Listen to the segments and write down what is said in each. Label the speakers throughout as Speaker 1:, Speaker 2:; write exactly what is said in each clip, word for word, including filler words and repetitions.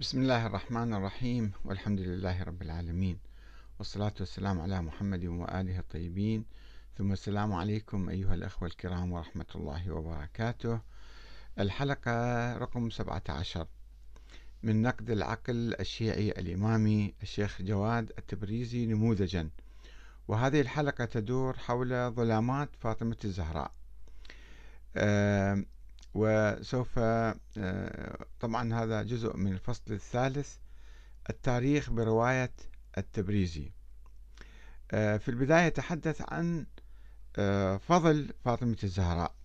Speaker 1: بسم الله الرحمن الرحيم، والحمد لله رب العالمين، والصلاة والسلام على محمد وآله الطيبين، ثم السلام عليكم أيها الأخوة الكرام ورحمة الله وبركاته. الحلقة رقم سبعة عشر من نقد العقل الشيعي الإمامي الشيخ جواد التبريزي نموذجا، وهذه الحلقة تدور حول ظلامات فاطمة الزهراء. أه وسوف أه طبعا هذا جزء من الفصل الثالث، التاريخ برواية التبريزي. أه في البداية يتحدث عن أه فضل فاطمة الزهراء.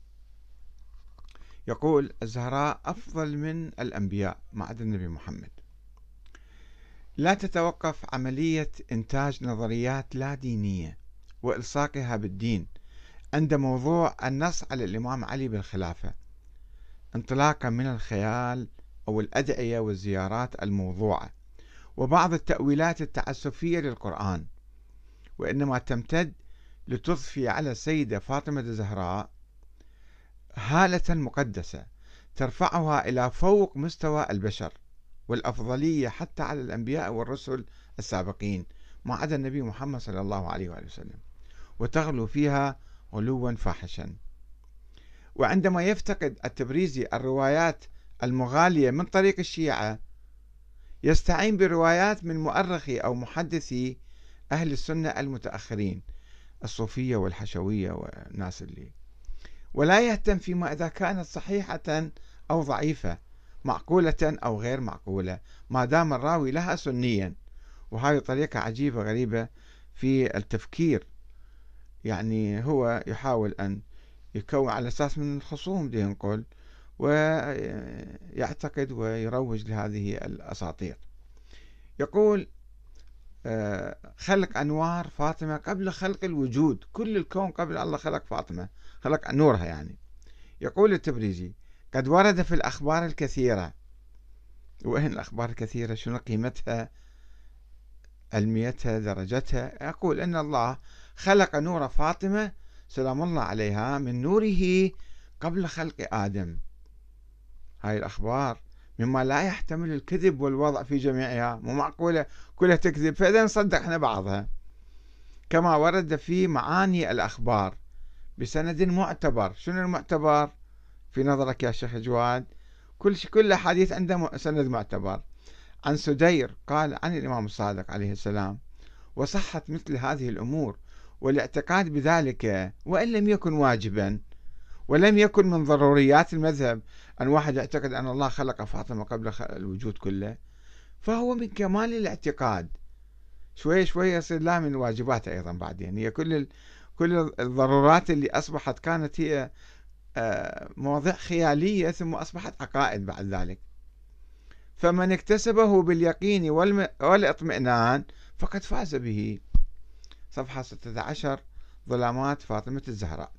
Speaker 1: يقول: الزهراء أفضل من الأنبياء ما عدا النبي محمد. لا تتوقف عملية إنتاج نظريات لا دينية وإلصاقها بالدين عند موضوع النص على الإمام علي بالخلافة، انطلاقا من الخيال أو الأدعية والزيارات الموضوعة وبعض التأويلات التعسفية للقرآن، وإنما تمتد لتضفي على السيدة فاطمة الزهراء هالة مقدسة ترفعها إلى فوق مستوى البشر والأفضلية حتى على الأنبياء والرسل السابقين ما عدا النبي محمد صلى الله عليه وآله وسلم، وتغلو فيها غلوا فاحشا. وعندما يفتقد التبريزي الروايات المغالية من طريق الشيعة، يستعين بروايات من مؤرخي أو محدثي أهل السنة المتأخرين، الصوفية والحشوية والناس اللي، ولا يهتم فيما إذا كانت صحيحة أو ضعيفة، معقولة أو غير معقولة، ما دام الراوي لها سنيا. وهذه طريقة عجيبة غريبة في التفكير، يعني هو يحاول أن يكون على أساس من الخصوم دي نقول، ويعتقد ويروج لهذه الأساطير. يقول: خلق أنوار فاطمة قبل خلق الوجود، كل الكون قبل الله خلق فاطمة، خلق نورها يعني. يقول التبريزي: قد ورد في الأخبار الكثيرة. وين الأخبار الكثيرة؟ شنو قيمتها، علميتها، درجتها؟ يقول أن الله خلق نور فاطمة سلام الله عليها من نوره قبل خلق آدم. هاي الأخبار مما لا يحتمل الكذب والوضع في جميعها، مو معقولة كلها تكذب، فإذا نصدق احنا بعضها. كما ورد في معاني الأخبار بسند معتبر. شنو المعتبر في نظرك يا شيخ جواد؟ كل كل حديث عنده سند معتبر. عن سدير قال عن الإمام الصادق عليه السلام: وصحت مثل هذه الأمور والاعتقاد بذلك وإن لم يكن واجبا ولم يكن من ضروريات المذهب، أن واحد يعتقد أن الله خلق فاطمة قبل الوجود كله، فهو من كمال الاعتقاد. شوية شوية يصير لا من الواجبات أيضا بعدين. هي كل كل الضرورات اللي أصبحت كانت هي مواضيع خيالية ثم أصبحت عقائد بعد ذلك. فمن اكتسبه باليقين والاطمئنان فقد فاز به. صفحة ستة عشر، ظلامات فاطمة الزهراء.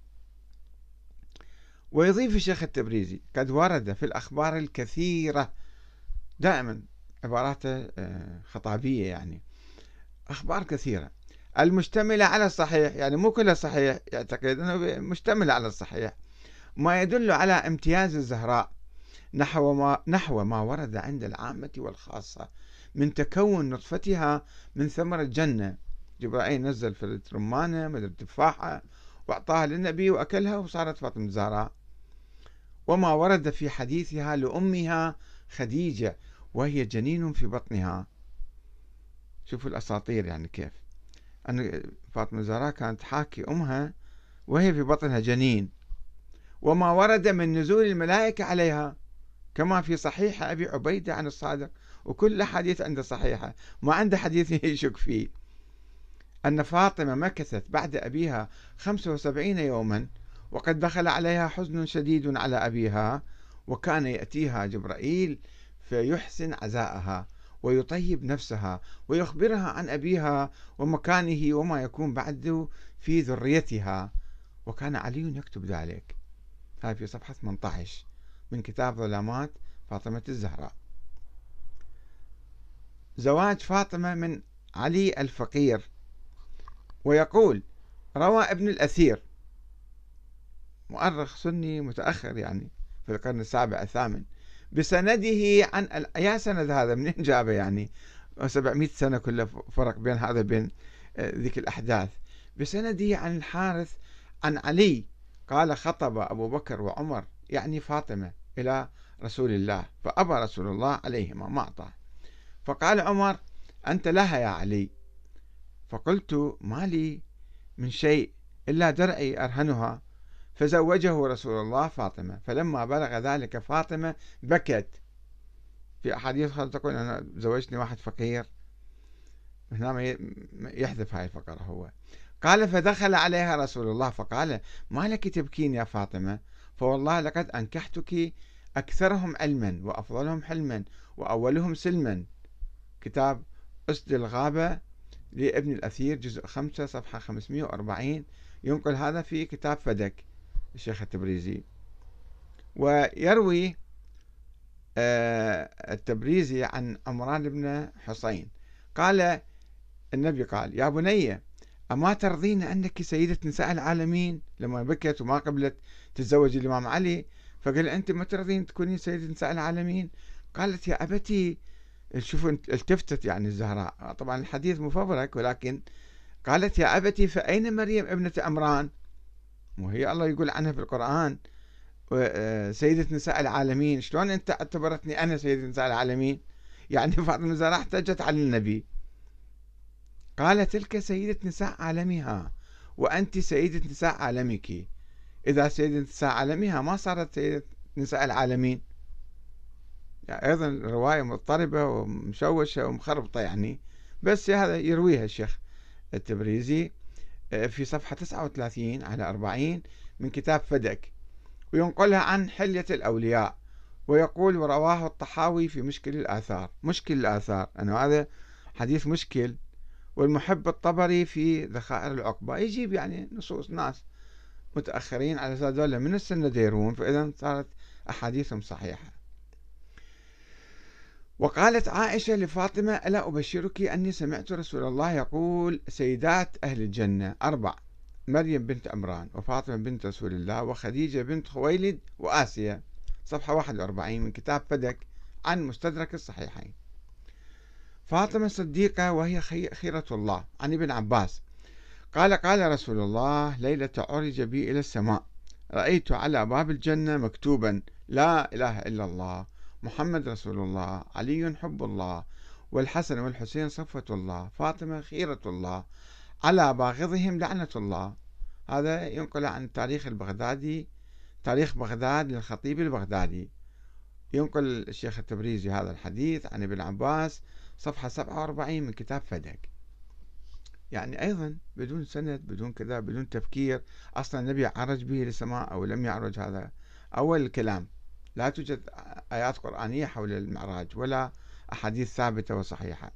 Speaker 1: ويضيف الشيخ التبريزي: قد ورد في الأخبار الكثيرة، دائما عباراته خطابية يعني، أخبار كثيرة المشتملة على الصحيح، يعني مو كلها صحيح، يعتقد أنه مشتملة على الصحيح، ما يدل على امتياز الزهراء نحو ما, نحو ما ورد عند العامة والخاصة من تكون نطفتها من ثمر الجنة. جبرائيل نزل في رمانة مدري تفاحة وأعطاها للنبي وأكلها وصارت فاطمة الزهراء. وما ورد في حديثها لأمها خديجة وهي جنين في بطنها. شوفوا الأساطير يعني كيف أن فاطمة الزهراء كانت حاكي أمها وهي في بطنها جنين. وما ورد من نزول الملائكة عليها كما في صحيح أبي عبيدة عن الصادق، وكل حديث عنده صحيحة، ما عنده حديث يشك فيه، أن فاطمة مكثت بعد أبيها خمسة وسبعين يوما وقد دخل عليها حزن شديد على أبيها، وكان يأتيها جبرائيل فيحسن عزاءها ويطيب نفسها ويخبرها عن أبيها ومكانه وما يكون بعده في ذريتها، وكان علي يكتب ذلك. هذا في صفحة ثمانية عشر من كتاب ظلامات فاطمة الزهراء. زواج فاطمة من علي الفقير. ويقول: روى ابن الأثير، مؤرخ سني متأخر يعني في القرن السابع الثامن، بسنده عن ال... يا سند هذا منين جابه يعني؟ سبعمئة سنة كله فرق بين هذا بين ذيك الأحداث. بسنده عن الحارث عن علي قال خطب أبو بكر وعمر يعني فاطمة إلى رسول الله فأبى رسول الله عليهما ما أعطاه. فقال عمر أنت لها يا علي. فقلت ما لي من شيء إلا درعي أرهنها. فزوجه رسول الله فاطمة. فلما بلغ ذلك فاطمة بكت. في أحاديث تقول أنا زوجتني واحد فقير، هنا يحذف هاي الفقرة هو. قال فدخل عليها رسول الله فقال ما لك تبكين يا فاطمة؟ فوالله لقد أنكحتك أكثرهم علما وأفضلهم حلما وأولهم سلما. كتاب أسد الغابة لابن الأثير جزء خمسة صفحة خمسمئة وأربعين، ينقل هذا في كتاب فدك الشيخ التبريزي. ويروي التبريزي عن عمران بن حسين قال النبي قال يا بني أما ترضين أنك سيدة نساء العالمين؟ لما بكت وما قبلت تتزوج الإمام علي فقال أنت ما ترضين تكونين سيدة نساء العالمين؟ قالت يا أبتي، شوفوا التفتت يعني الزهراء، طبعا الحديث مفبرك، ولكن قالت يا أبتي فأين مريم ابنة عمران؟ وهي الله يقول عنها في القرآن سيدة نساء العالمين، شلون أنت اعتبرتني أنا سيدة نساء العالمين؟ يعني فاطمة الزهراء احتجت على النبي. قال تلك سيدة نساء عالمها وأنت سيدة نساء عالمك. إذا سيدة نساء عالمها ما صارت سيدة نساء العالمين. يعني أيضا رواية مضطربة ومشوشة ومخربطة يعني، بس هذا يرويها الشيخ التبريزي في صفحة تسعة وثلاثين على أربعين من كتاب فدك، وينقلها عن حلية الأولياء ويقول ورواه الطحاوي في مشكل الآثار. مشكل الآثار أنه هذا حديث مشكل، والمحب الطبري في ذخائر العقبة يجيب يعني نصوص ناس متأخرين على أساس دولة من السنة ديرون، فإذا صارت أحاديثهم صحيحة. وقالت عائشة لفاطمة ألا أبشرك أني سمعت رسول الله يقول سيدات أهل الجنة أربع: مريم بنت عمران وفاطمة بنت رسول الله وخديجة بنت خويلد وآسيا. صفحة واحد وأربعين من كتاب فدك عن مستدرك الصحيحين. فاطمة صديقة وهي خيرة الله. عن ابن عباس قال قال رسول الله ليلة عرج بي إلى السماء رأيت على باب الجنة مكتوبا لا إله إلا الله محمد رسول الله علي حب الله والحسن والحسين صفوة الله فاطمة خيرة الله على باغضهم لعنة الله. هذا ينقل عن التاريخ البغدادي، تاريخ بغداد للخطيب البغدادي. ينقل الشيخ التبريزي هذا الحديث عن ابن عباس صفحة سبعة وأربعين من كتاب فدك. يعني أيضا بدون سند بدون كذا بدون تفكير. أصلا النبي عرج به للسماء أو لم يعرج، هذا أول الكلام. لا توجد آيات قرآنية حول المعراج ولا أحاديث ثابتة وصحيحة.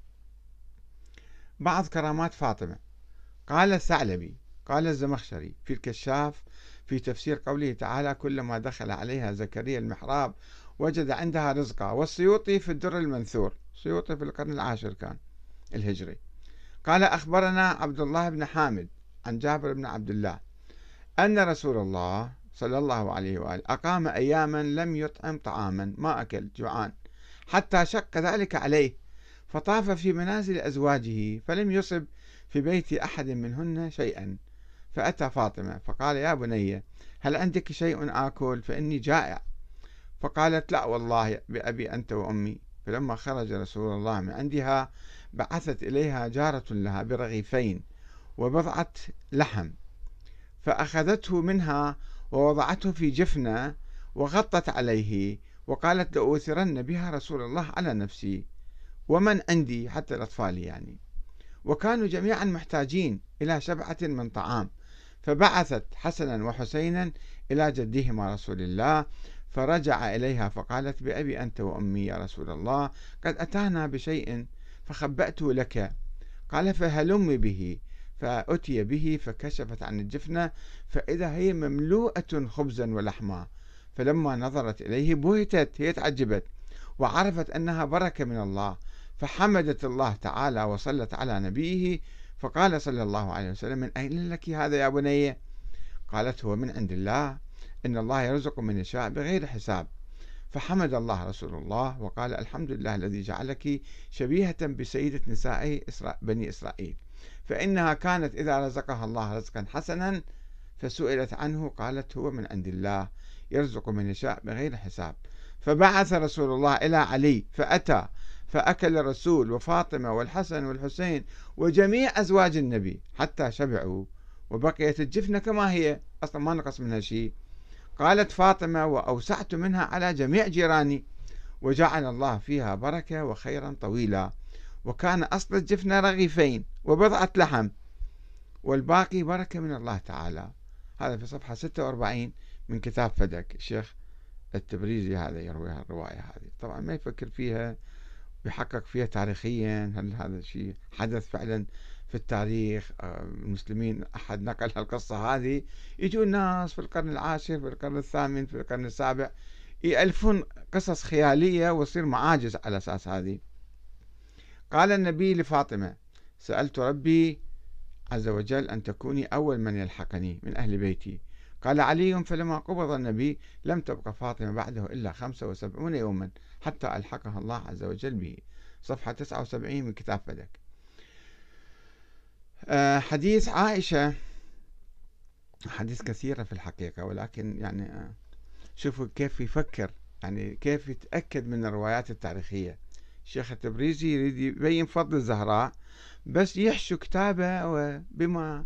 Speaker 1: بعض كرامات فاطمة. قال الثعلبي قال الزمخشري في الكشاف في تفسير قوله تعالى كلما دخل عليها زكريا المحراب وجد عندها رزقا، والسيوطي في الدر المنثور، السيوطي في القرن العاشر كان الهجري. قال أخبرنا عبد الله بن حامد عن جابر بن عبد الله أن رسول الله صلى الله عليه وآله أقام أياما لم يطعم طعاما، ما أكل جوعان، حتى شق ذلك عليه، فطاف في منازل أزواجه فلم يصب في بيت أحد منهن شيئا، فأتى فاطمة فقال يا بني هل عندك شيء آكل فإني جائع؟ فقالت لا والله بأبي أنت وأمي. فلما خرج رسول الله من عندها بعثت إليها جارة لها برغيفين وبضعة لحم، فأخذته منها ووضعته في جفنة وغطت عليه وقالت لأوثرن بها رسول الله على نفسي ومن عندي حتى الأطفال يعني. وكانوا جميعا محتاجين إلى شبعة من طعام، فبعثت حسنا وحسينا إلى جدهما رسول الله، فرجع إليها فقالت بأبي أنت وأمي يا رسول الله قد أتانا بشيء فخبأته لك. قال فهلم به، فأتي به فكشفت عن الجفنة فإذا هي مملوءة خبزا ولحما، فلما نظرت إليه بهتت، هي تعجبت وعرفت أنها بركة من الله، فحمدت الله تعالى وصلت على نبيه، فقال صلى الله عليه وسلم من أين لك هذا يا بني؟ قالت هو من عند الله إن الله يرزق من يشاء بغير حساب. فحمد الله رسول الله وقال الحمد لله الذي جعلك شبيهة بسيدة نساء بني إسرائيل، فإنها كانت إذا رزقها الله رزقا حسنا فسئلت عنه قالت هو من عند الله يرزق من يشاء بغير حساب. فبعث رسول الله إلى علي فأتى فأكل الرسول وفاطمة والحسن والحسين وجميع أزواج النبي حتى شبعوا، وبقيت الجفنة كما هي أصلا ما نقص منها شيء. قالت فاطمة وأوسعت منها على جميع جيراني، وجعل الله فيها بركة وخيرا طويلا، وكان أصل الجفنة رغيفين وبضعة لحم والباقي بركة من الله تعالى. هذا في صفحة ستة وأربعين من كتاب فدك. الشيخ التبريزي هذا يروي الرواية هذه، طبعا ما يفكر فيها ويحقق فيها تاريخيا هل هذا الشيء حدث فعلا في التاريخ المسلمين، أحد نقل هالقصة هذه. يجوا الناس في القرن العاشر في القرن الثامن في القرن السابع يألفون قصص خيالية ويصير معاجز على أساس هذه. قال النبي لفاطمة سألت ربي عز وجل أن تكوني أول من يلحقني من أهل بيتي. قال علي فلما قبض النبي لم تبقى فاطمة بعده إلا خمسة وسبعون يوما حتى ألحقها الله عز وجل به. صفحة تسعة وسبعين من كتاب فدك. أه حديث عائشة حديث كثيرة في الحقيقة، ولكن يعني أه شوفوا كيف يفكر، يعني كيف يتأكد من الروايات التاريخية. الشيخ التبريزي يريد يبين فضل الزهراء بس يحشو كتابه بما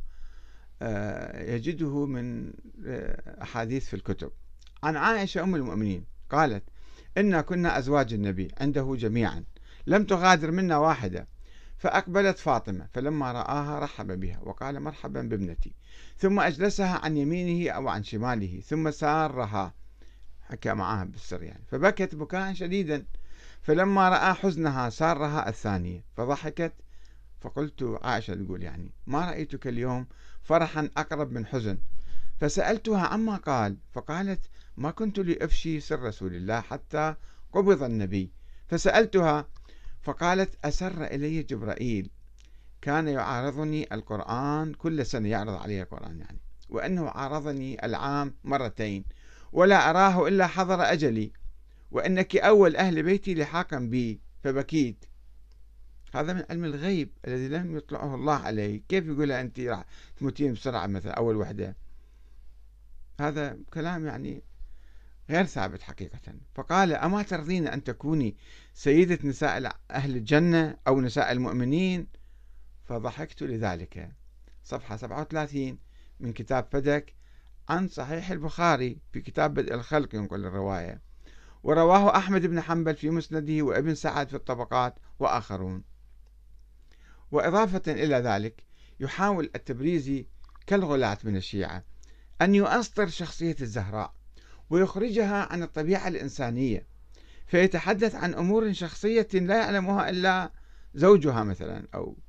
Speaker 1: يجده من أحاديث في الكتب. عن عائشة أم المؤمنين قالت إنا كنا أزواج النبي عنده جميعا لم تغادر منا واحدة، فأقبلت فاطمة فلما رآها رحب بها وقال مرحبا بابنتي، ثم أجلسها عن يمينه أو عن شماله ثم سارها، حكى معها بالسر يعني، فبكت بكاء شديدا، فلما رأى حزنها سارها الثانية فضحكت، فقلت عائشة تقول يعني ما رأيتك اليوم فرحا أقرب من حزن، فسألتها عما قال فقالت ما كنت لأفشي سر رسول الله حتى قبض النبي، فسألتها فقالت أسر إلي جبرائيل كان يعارضني القرآن كل سنة، يعرض علي القرآن يعني، وأنه عارضني العام مرتين ولا أراه إلا حضر أجلي، وأنك أول أهل بيتي لحاقا بي، فبكيت. هذا من علم الغيب الذي لم يطلعه الله عليه، كيف يقول أنت راح تموتين بسرعة مثلا أول وحدة؟ هذا كلام يعني غير ثابت حقيقة. فقال أما ترضين أن تكوني سيدة نساء أهل الجنة أو نساء المؤمنين؟ فضحكت لذلك. صفحة سبعة وثلاثين من كتاب فدك عن صحيح البخاري في كتاب بدء الخلق ينقل الرواية، ورواه أحمد بن حنبل في مسنده وابن سعد في الطبقات وآخرون. وإضافة إلى ذلك يحاول التبريزي كالغلاة من الشيعة أن يؤسطر شخصية الزهراء ويخرجها عن الطبيعة الإنسانية، فيتحدث عن أمور شخصية لا يعلمها إلا زوجها مثلا، أو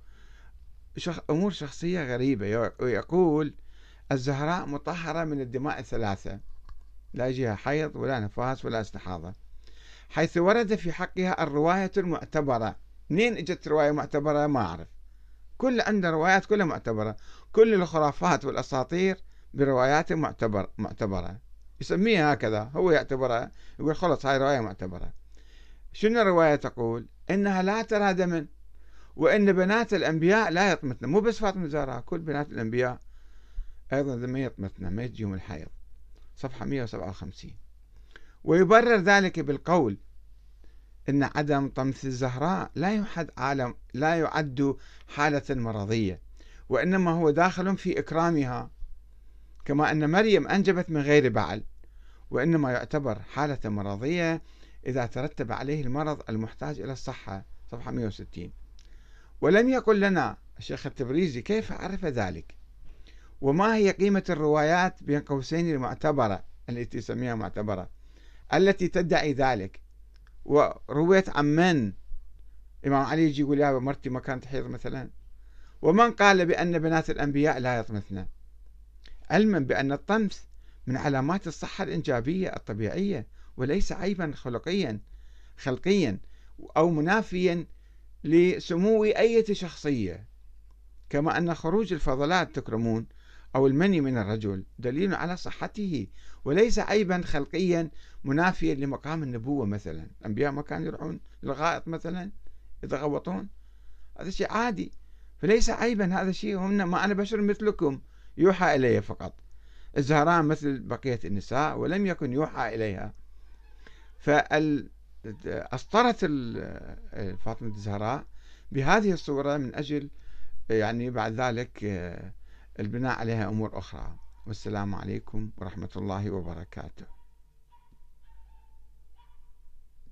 Speaker 1: أمور شخصية غريبة، ويقول الزهراء مطهرة من الدماء الثلاثة، لا يجيها حيض ولا نفاس ولا استحاضة، حيث ورد في حقها الرواية المعتبرة. منين اجت رواية معتبرة؟ ما أعرف، كل عندنا روايات كلها معتبرة، كل الخرافات والأساطير بروايات معتبر معتبرة، يسميها هكذا، هو يعتبرها، يقول خلص هاي رواية معتبرة. شنو الرواية تقول؟ إنها لا ترى دما، وإن بنات الأنبياء لا يطمثن، مو بس فاطمة الزهراء، كل بنات الأنبياء أيضا ما يطمثن، ما يجيهم الحيض. صفحة مئة وسبعة وخمسين. ويبرر ذلك بالقول إن عدم طمث الزهراء لا يحد عالم لا يعد حالة مرضية، وإنما هو داخل في إكرامها، كما أن مريم أنجبت من غير بعل، وإنما يعتبر حالة مرضية إذا ترتب عليه المرض المحتاج إلى الصحة. صفحة مئة وستين. ولم يقل لنا الشيخ التبريزي كيف عرف ذلك، وما هي قيمة الروايات بين قوسين المعتبرة التي تسميها معتبرة التي تدعي ذلك، ورويت عن من؟ إمام علي يجي يقول يا مرتي ما كانت حيض مثلا، ومن قال بأن بنات الأنبياء لا يطمثن، علما بأن الطمث من علامات الصحة الإنجابية الطبيعية وليس عيبا خلقيا خلقيا أو منافيا لسمو أي شخصية، كما أن خروج الفضلات تكرمون أو المني من الرجل دليل على صحته، وليس عيبا خلقيا منافيا لمقام النبوة. مثلا الأنبياء ما كانوا يروحون للغائط مثلا يتغوطون، هذا شيء عادي، فليس عيبا هذا شيء. هم ما أنا بشر مثلكم يوحى إلي فقط. الزهراء مثل بقية النساء ولم يكن يوحى إليها. فأسطرت فاطمة الزهراء بهذه الصورة من أجل يعني بعد ذلك البناء عليها أمور أخرى. والسلام عليكم ورحمة الله وبركاته.